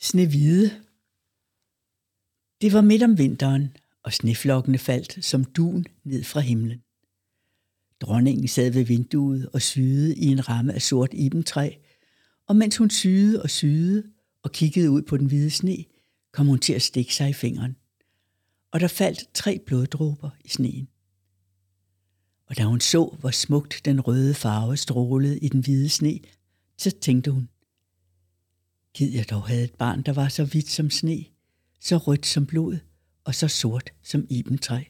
Snehvide. Det var midt om vinteren, og sneflokkene faldt som dun ned fra himlen. Dronningen sad ved vinduet og syede i en ramme af sort ibentræ, og mens hun syede og kiggede ud på den hvide sne, kom hun til at stikke sig i fingeren. Og der faldt 3 bloddråber i sneen. Og da hun så, hvor smukt den røde farve strålede i den hvide sne, så tænkte hun: Gid jeg dog havde et barn, der var så hvidt som sne, så rødt som blod og så sort som ibentræ.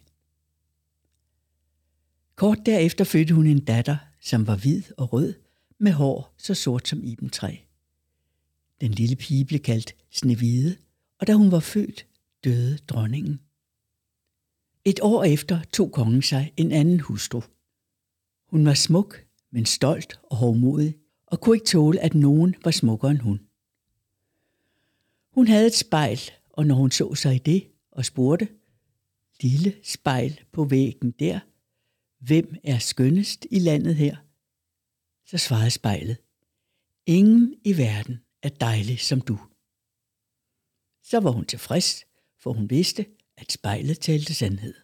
Kort derefter fødte hun en datter, som var hvid og rød, med hår så sort som ibentræ. Den lille pige blev kaldt Snehvide, og da hun var født, døde dronningen. Et år efter tog kongen sig en anden hustru. Hun var smuk, men stolt og hovmodig, og kunne ikke tåle, at nogen var smukkere end hun. Hun havde et spejl, og når hun så sig i det og spurgte: Lille spejl på væggen der, hvem er skønnest i landet her? Så svarede spejlet: Ingen i verden er dejlig som du. Så var hun tilfreds, for hun vidste, at spejlet talte sandhed.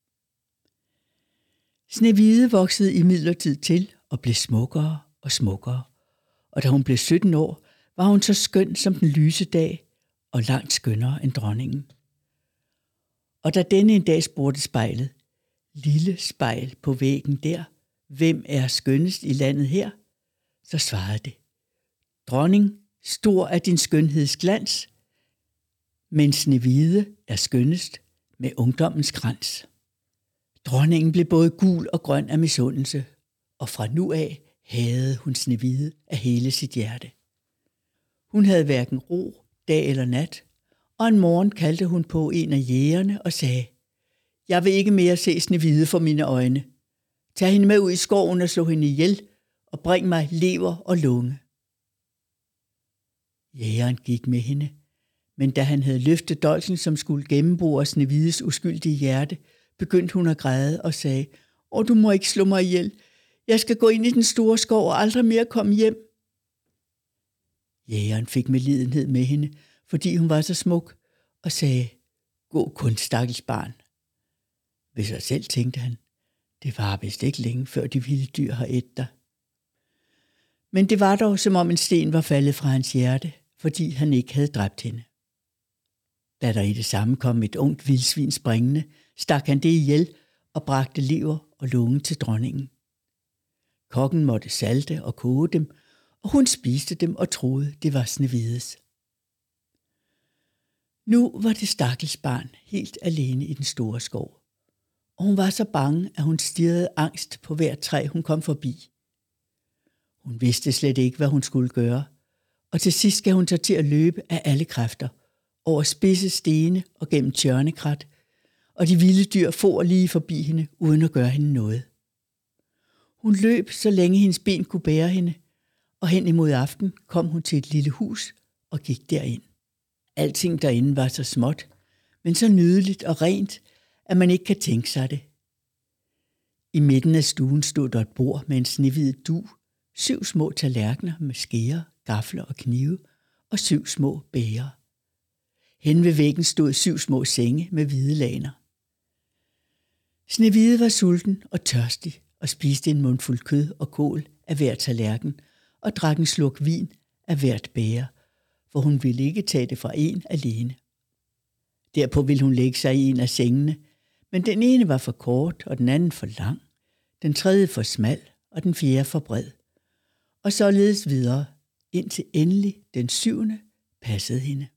Snehvide voksede imidlertid til og blev smukkere og smukkere, og da hun blev 17 år, var hun så skøn som den lyse dag og langt skønnere end dronningen. Og da denne en dag spurgte spejlet: Lille spejl på væggen der, hvem er skønnest i landet her? Så svarede det: Dronning, stor er din skønheds glans, men Snehvide er skønnest med ungdommens krans. Dronningen blev både gul og grøn af misundelse, og fra nu af hadede hun Snehvide af hele sit hjerte. Hun havde hverken ro, dag eller nat, og en morgen kaldte hun på en af jægerne og sagde: Jeg vil ikke mere se Snehvide for mine øjne. Tag hende med ud i skoven og slå hende ihjel, og bring mig lever og lunge. Jægeren gik med hende, men da han havde løftet dolken, som skulle gennembore Snehvides uskyldige hjerte, begyndte hun at græde og sagde: Du må ikke slå mig ihjel. Jeg skal gå ind i den store skov og aldrig mere komme hjem. Jægeren fik medlidenhed med hende, fordi hun var så smuk, og sagde: Gå kun, stakkels barn. Ved sig selv tænkte han: Det var vist ikke længe, før de vilde dyr har ædt dig. Men det var dog, som om en sten var faldet fra hans hjerte, fordi han ikke havde dræbt hende. Da der i det samme kom et ungt vildsvin springende, stak han det ihjel og bragte lever og lunge til dronningen. Kokken måtte salte og koge dem, og hun spiste dem og troede, det var Snehvides. Nu var det stakkels barn helt alene i den store skov, og hun var så bange, at hun stirrede angst på hvert træ, hun kom forbi. Hun vidste slet ikke, hvad hun skulle gøre, og til sidst gav hun sig til at løbe af alle kræfter, over spidse stene og gennem tjørnekrat, og de vilde dyr for lige forbi hende, uden at gøre hende noget. Hun løb, så længe hendes ben kunne bære hende, og hen imod aften kom hun til et lille hus og gik derind. Alting derinde var så småt, men så nydeligt og rent, at man ikke kan tænke sig det. I midten af stuen stod der et bord med en snehvid dug, 7 små tallerkener med skeer, gafler og knive, og 7 små bægre. Hen ved væggen stod 7 små senge med hvide laner. Snehvide var sulten og tørstig og spiste en mundfuld kød og kål af hver tallerken og drak en slurk vin af hvert bæger, for hun ville ikke tage det fra en alene. Derpå ville hun lægge sig i en af sengene, men den ene var for kort og den anden for lang, den tredje for smal og den fjerde for bred, og således videre, indtil endelig den 7. passede hende.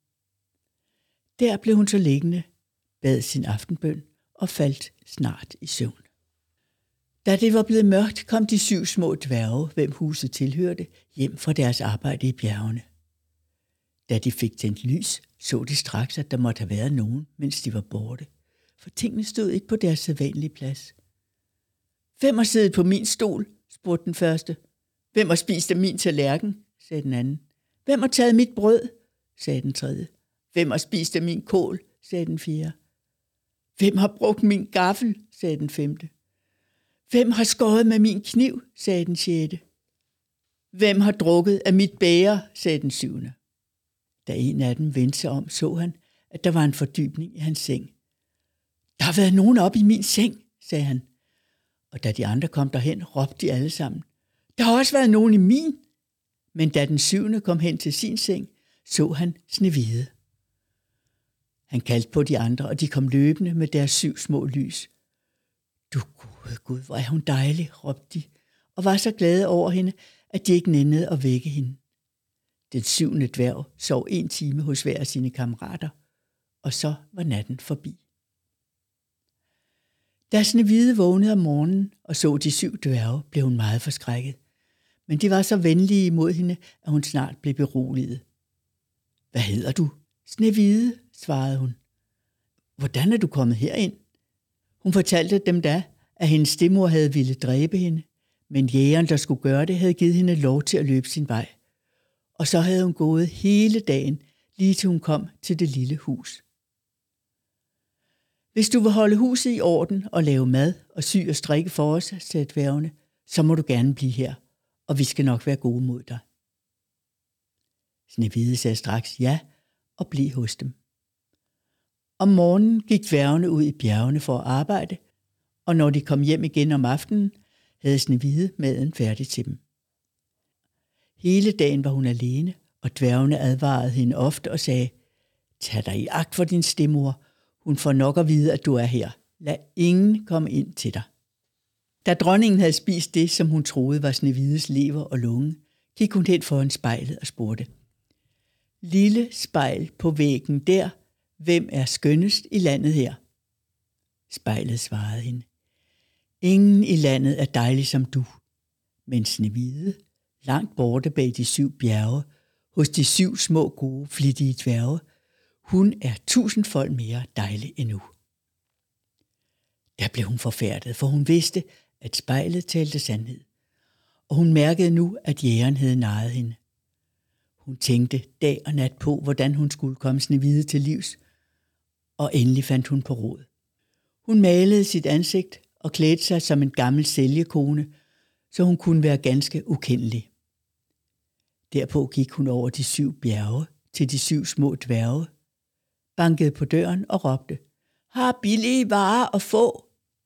Der blev hun så liggende, bad sin aftenbøn og faldt snart i søvn. Da det var blevet mørkt, kom de 7 små dværge, hvem huset tilhørte, hjem fra deres arbejde i bjergene. Da de fik tændt lys, så de straks, at der måtte have været nogen, mens de var borte, for tingene stod ikke på deres sædvanlige plads. Hvem har siddet på min stol? Spurgte den første. Hvem har spist af min tallerken? Sagde den anden. Hvem har taget mit brød? Sagde den tredje. Hvem har spist af min kål? Sagde den fjerde. Hvem har brugt min gaffel? Sagde den femte. Hvem har skåret med min kniv? Sagde den sjette. Hvem har drukket af mit bæger? Sagde den 7. Da en af dem vendte sig om, så han, at der var en fordybning i hans seng. Der har været nogen oppe i min seng, sagde han. Og da de andre kom derhen, råbte de alle sammen. Der har også været nogen i min. Men da den 7. kom hen til sin seng, så han Snehvide. Han kaldte på de andre, og de kom løbende med deres 7 små lys. Du gode Gud, hvor er hun dejlig, råbte de, og var så glade over hende, at de ikke nændede at vække hende. Den 7. dværg sov 1 time hos hver af sine kammerater, og så var natten forbi. Da Snehvide vågnede om morgenen og så de 7 dværge, blev hun meget forskrækket. Men de var så venlige imod hende, at hun snart blev beroliget. Hvad hedder du? Snehvide, svarede hun. Hvordan er du kommet herind? Hun fortalte dem da, at hendes stedmor havde ville dræbe hende, men jægeren, der skulle gøre det, havde givet hende lov til at løbe sin vej. Og så havde hun gået hele dagen, lige til hun kom til det lille hus. Hvis du vil holde huset i orden og lave mad og sy og strikke for os, sagde dværgene, så må du gerne blive her, og vi skal nok være gode mod dig. Snehvide sagde straks ja og blev hos dem. Om morgenen gik dværgene ud i bjergene for at arbejde, og når de kom hjem igen om aftenen, havde Snehvide maden færdig til dem. Hele dagen var hun alene, og dværgene advarede hende ofte og sagde, tag dig i agt for din stedmor, hun får nok at vide, at du er her. Lad ingen komme ind til dig. Da dronningen havde spist det, som hun troede var Snehvides lever og lunge, gik hun hen foran spejlet og spurgte, lille spejl på væggen der, hvem er skønnest i landet her? Spejlet svarede hende, ingen i landet er dejlig som du, men Snehvide, langt borte bag de 7 bjerge, hos de 7 små gode, flittige dværge, hun er 1000-fold mere dejlig endnu. Der blev hun forfærdet, for hun vidste, at spejlet talte sandhed, og hun mærkede nu, at jægeren havde narret hende. Hun tænkte dag og nat på, hvordan hun skulle komme Snehvide til livs, og endelig fandt hun på råd. Hun malede sit ansigt og klædte sig som en gammel sælgekone, så hun kunne være ganske ukendelig. Derpå gik hun over de 7 bjerge til de 7 små dværge, bankede på døren og råbte, har billige varer at få?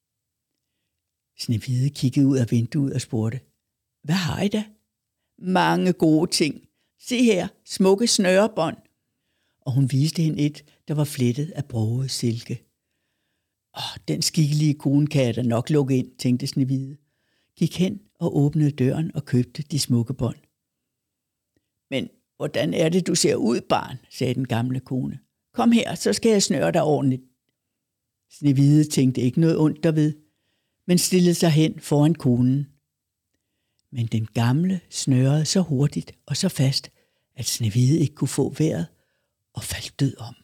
Snehvide kiggede ud af vinduet og spurgte, hvad har I da? Mange gode ting. Se her, smukke snørebånd. Og hun viste hende et, der var flettet af broget silke. Den skikkelige kone kan jeg da nok lukke ind, tænkte Snehvide. Gik hen og åbnede døren og købte de smukke bånd. Men hvordan er det, du ser ud, barn, sagde den gamle kone. Kom her, så skal jeg snøre dig ordentligt. Snehvide tænkte ikke noget ondt derved, men stillede sig hen foran konen. Men den gamle snørede så hurtigt og så fast, at Snehvide ikke kunne få vejret og faldt død om.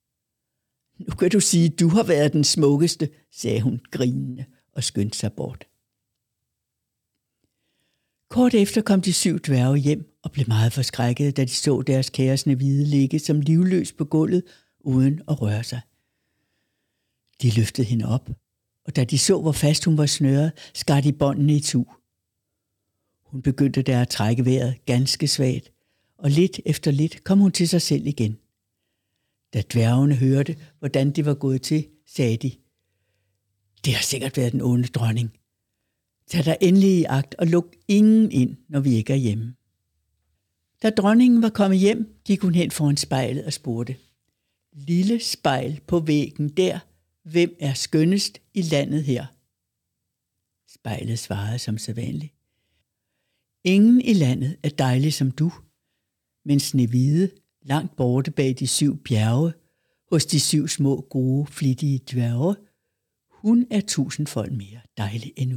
Nu kan du sige, at du har været den smukkeste, sagde hun grinende og skyndte sig bort. Kort efter kom de 7 dværge hjem og blev meget forskrækkede, da de så deres kære Snehvide ligge som livløs på gulvet uden at røre sig. De løftede hende op, og da de så, hvor fast hun var snøret, skar de båndene itu. Hun begyndte der at trække vejret ganske svagt, og lidt efter lidt kom hun til sig selv igen. Da dværgene hørte, hvordan det var gået til, sagde de, det har sikkert været den onde dronning. Tag dig endelig i agt og luk ingen ind, når vi ikke er hjemme. Da dronningen var kommet hjem, gik hun hen foran spejlet og spurgte, lille spejl på væggen der, hvem er skønnest i landet her? Spejlet svarede som sædvanligt, ingen i landet er dejlig som du, men Snehvide, langt borte bag de 7 bjerge, hos de 7 små gode, flittige dværge, hun er 1000-fold mere dejlig endnu.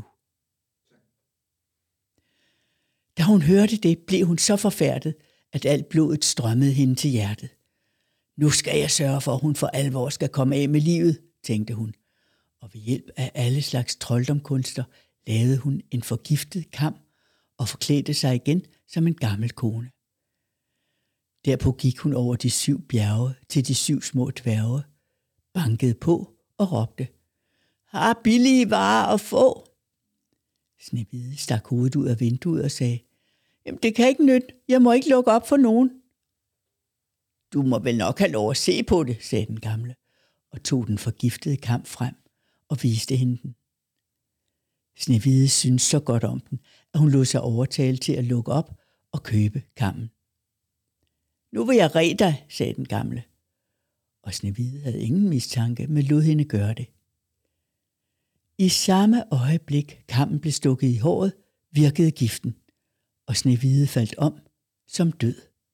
Da hun hørte det, blev hun så forfærdet, at alt blodet strømmede hende til hjertet. Nu skal jeg sørge for, at hun for alvor skal komme af med livet, tænkte hun, og ved hjælp af alle slags trolddomskunster lavede hun en forgiftet kam og forklædte sig igen som en gammel kone. Derpå gik hun over de 7 bjerge til de 7 små dværge, bankede på og råbte, har billige varer at få? Snehvide stak hovedet ud af vinduet og sagde, jamen det kan ikke nytte, jeg må ikke lukke op for nogen. Du må vel nok have lov at se på det, sagde den gamle, og tog den forgiftede kam frem og viste hende den. Snehvide syntes så godt om den, at hun lod sig overtale til at lukke op og købe kammen. Nu vil jeg redde dig, sagde den gamle. Og Snehvide havde ingen mistanke, men lod hende gøre det. I samme øjeblik kammen blev stukket i håret, virkede giften, og Snehvide faldt om som død.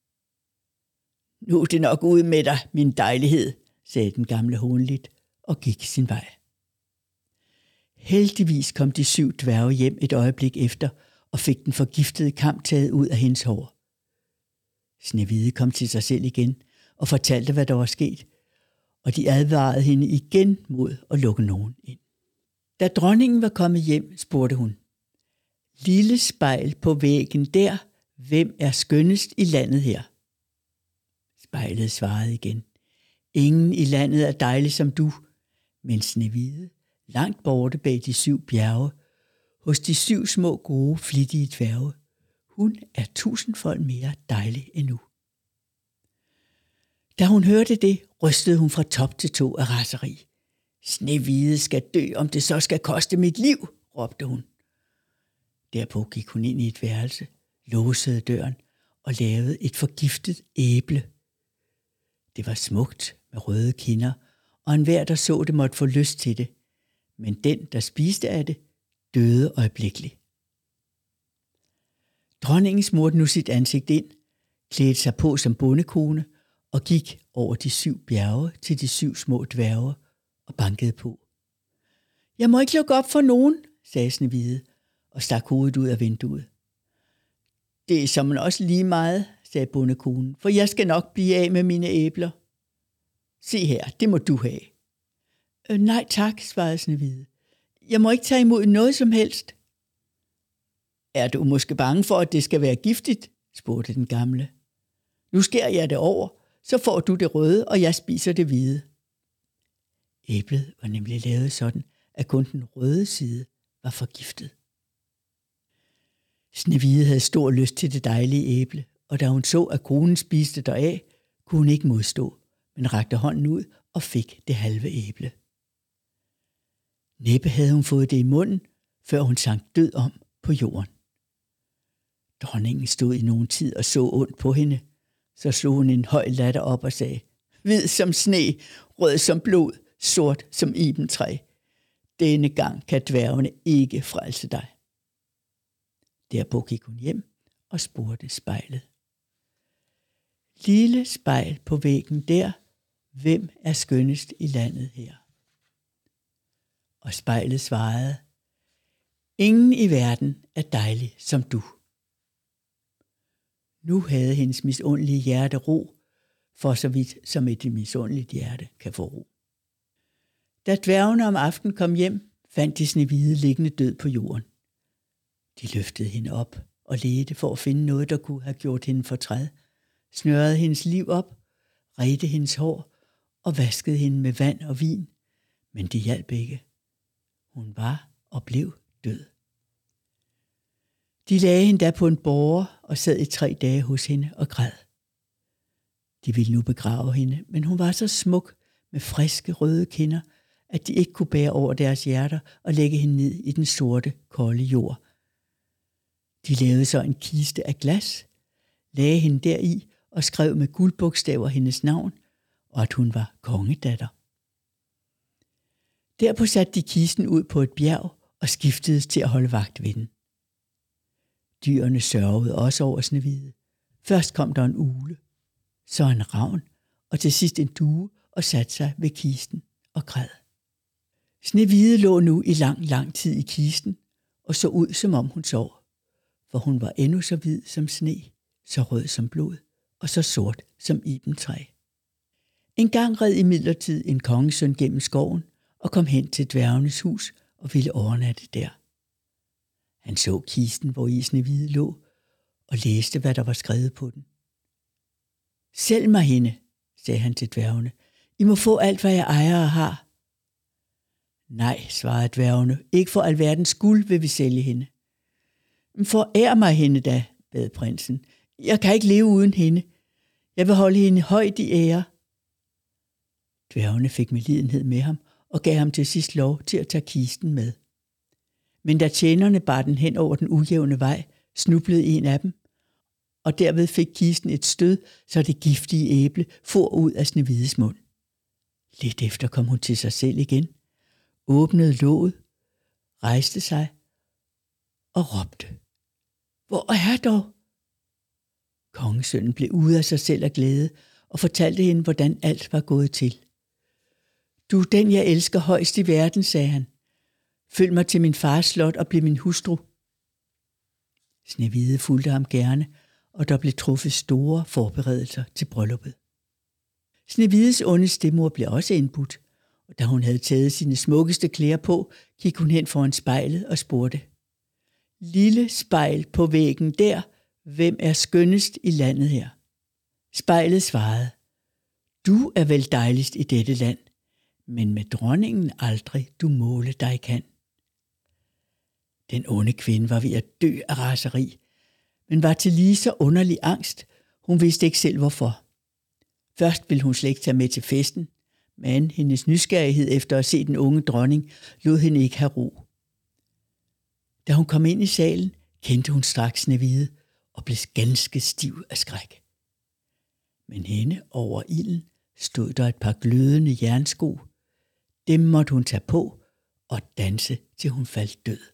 Nu er det nok ud med dig, min dejlighed, sagde den gamle hånligt og gik sin vej. Heldigvis kom de 7 dværge hjem et øjeblik efter og fik den forgiftede kam taget ud af hendes hår. Snehvide kom til sig selv igen og fortalte, hvad der var sket, og de advarede hende igen mod at lukke nogen ind. Da dronningen var kommet hjem, spurgte hun: Lille spejl på væggen der, hvem er skønnest i landet her? Spejlet svarede igen: Ingen i landet er dejlig som du, men Snehvide, langt borte bag de 7 bjerge, hos de 7 små gode, flittige dværge, hun er 1000-fold mere dejlig endnu. Da hun hørte det, rystede hun fra top til tå af raseri. Snehvide skal dø, om det så skal koste mit liv, råbte hun. Derpå gik hun ind i et værelse, låsede døren og lavede et forgiftet æble. Det var smukt med røde kinder, og enhver, der så det, måtte få lyst til det. Men den, der spiste af det, døde øjeblikkeligt. Dronningen smurte nu sit ansigt ind, klædte sig på som bondekone og gik over de 7 bjerge til de 7 små dværge og bankede på. Jeg må ikke lukke op for nogen, sagde Snehvide og stak hovedet ud af vinduet. Det er såmænd også lige meget, sagde bondekonen, for jeg skal nok blive af med mine æbler. Se her, det må du have. Nej tak, svarede Snehvide. Jeg må ikke tage imod noget som helst. Er du måske bange for, at det skal være giftigt? Spurgte den gamle. Nu skærer jeg det over, så får du det røde, og jeg spiser det hvide. Æblet var nemlig lavet sådan, at kun den røde side var forgiftet. Snehvide havde stor lyst til det dejlige æble, og da hun så, at konen spiste deraf, kunne hun ikke modstå, men rakte hånden ud og fik det halve æble. Næppe havde hun fået det i munden, før hun sank død om på jorden. Dronningen stod i nogen tid og så ondt på hende. Så slog hun en høj latter op og sagde: Hvid som sne, rød som blod, sort som ibentræ. Denne gang kan dværgene ikke frelse dig. Derpå gik hun hjem og spurgte spejlet: Lille spejl på væggen der, hvem er skønnest i landet her? Og spejlet svarede: Ingen i verden er dejlig som du. Nu havde hendes misundelige hjerte ro, for så vidt som et misundeligt hjerte kan få ro. Da dværgene om aftenen kom hjem, fandt de Snehvide liggende død på jorden. De løftede hende op og ledte for at finde noget, der kunne have gjort hende fortræd, snørede hendes liv op, redte hendes hår og vaskede hende med vand og vin, men det hjalp ikke. Hun var og blev død. De lagde hende da på en båre og sad i 3 dage hos hende og græd. De ville nu begrave hende, men hun var så smuk med friske røde kinder, at de ikke kunne bære over deres hjerter og lægge hende ned i den sorte, kolde jord. De lavede så en kiste af glas, lagde hende deri og skrev med guldbogstaver hendes navn, og at hun var kongedatter. Derpå satte de kisten ud på et bjerg og skiftedes til at holde vagt ved den. Dyrene sørgede også over Snehvide. Først kom der en ugle, så en ravn og til sidst en due og satte sig ved kisten og græd. Snehvide lå nu i lang tid i kisten og så ud, som om hun sov, for hun var endnu så hvid som sne, så rød som blod og så sort som ibentræ. En gang red imidlertid en kongesøn gennem skoven og kom hen til dværgenes hus og ville overnatte der. Han så kisten, hvor i Snehvide lå, og læste, hvad der var skrevet på den. Sælg mig hende, sagde han til dværgene. I må få alt, hvad jeg ejer og har. Nej, svarede dværgene, ikke for alverdens guld vil vi sælge hende. Forær mig hende da, bad prinsen. Jeg kan ikke leve uden hende. Jeg vil holde hende højt i ære. Dværgene fik medlidenhed med ham og gav ham til sidst lov til at tage kisten med. Men da tjenerne bar den hen over den ujævne vej, snublede en af dem, og derved fik kisten et stød, så det giftige æble for ud af Snevides mund. Lidt efter kom hun til sig selv igen, åbnede låget, rejste sig og råbte: Hvor er dog? Kongesønnen blev ude af sig selv af glæde og fortalte hende, hvordan alt var gået til. Du er den, jeg elsker højst i verden, sagde han. Følg mig til min fars slot og bliv min hustru. Snehvide fulgte ham gerne, og der blev truffet store forberedelser til brylluppet. Snehvides onde stedmor blev også indbudt, og da hun havde taget sine smukkeste klæder på, gik hun hen foran spejlet og spurgte: Lille spejl på væggen der, hvem er skønnest i landet her? Spejlet svarede: Du er vel dejligst i dette land, men med dronningen aldrig du måle dig kan. Den onde kvinde var ved at dø af raseri, men var til lige så underlig angst. Hun vidste ikke selv hvorfor. Først ville hun slet ikke tage med til festen, men hendes nysgerrighed efter at se den unge dronning lod hende ikke have ro. Da hun kom ind i salen, kendte hun straks Snehvide og blev ganske stiv af skræk. Men henne over ilden stod der et par glødende jernsko. Dem måtte hun tage på og danse, til hun faldt død.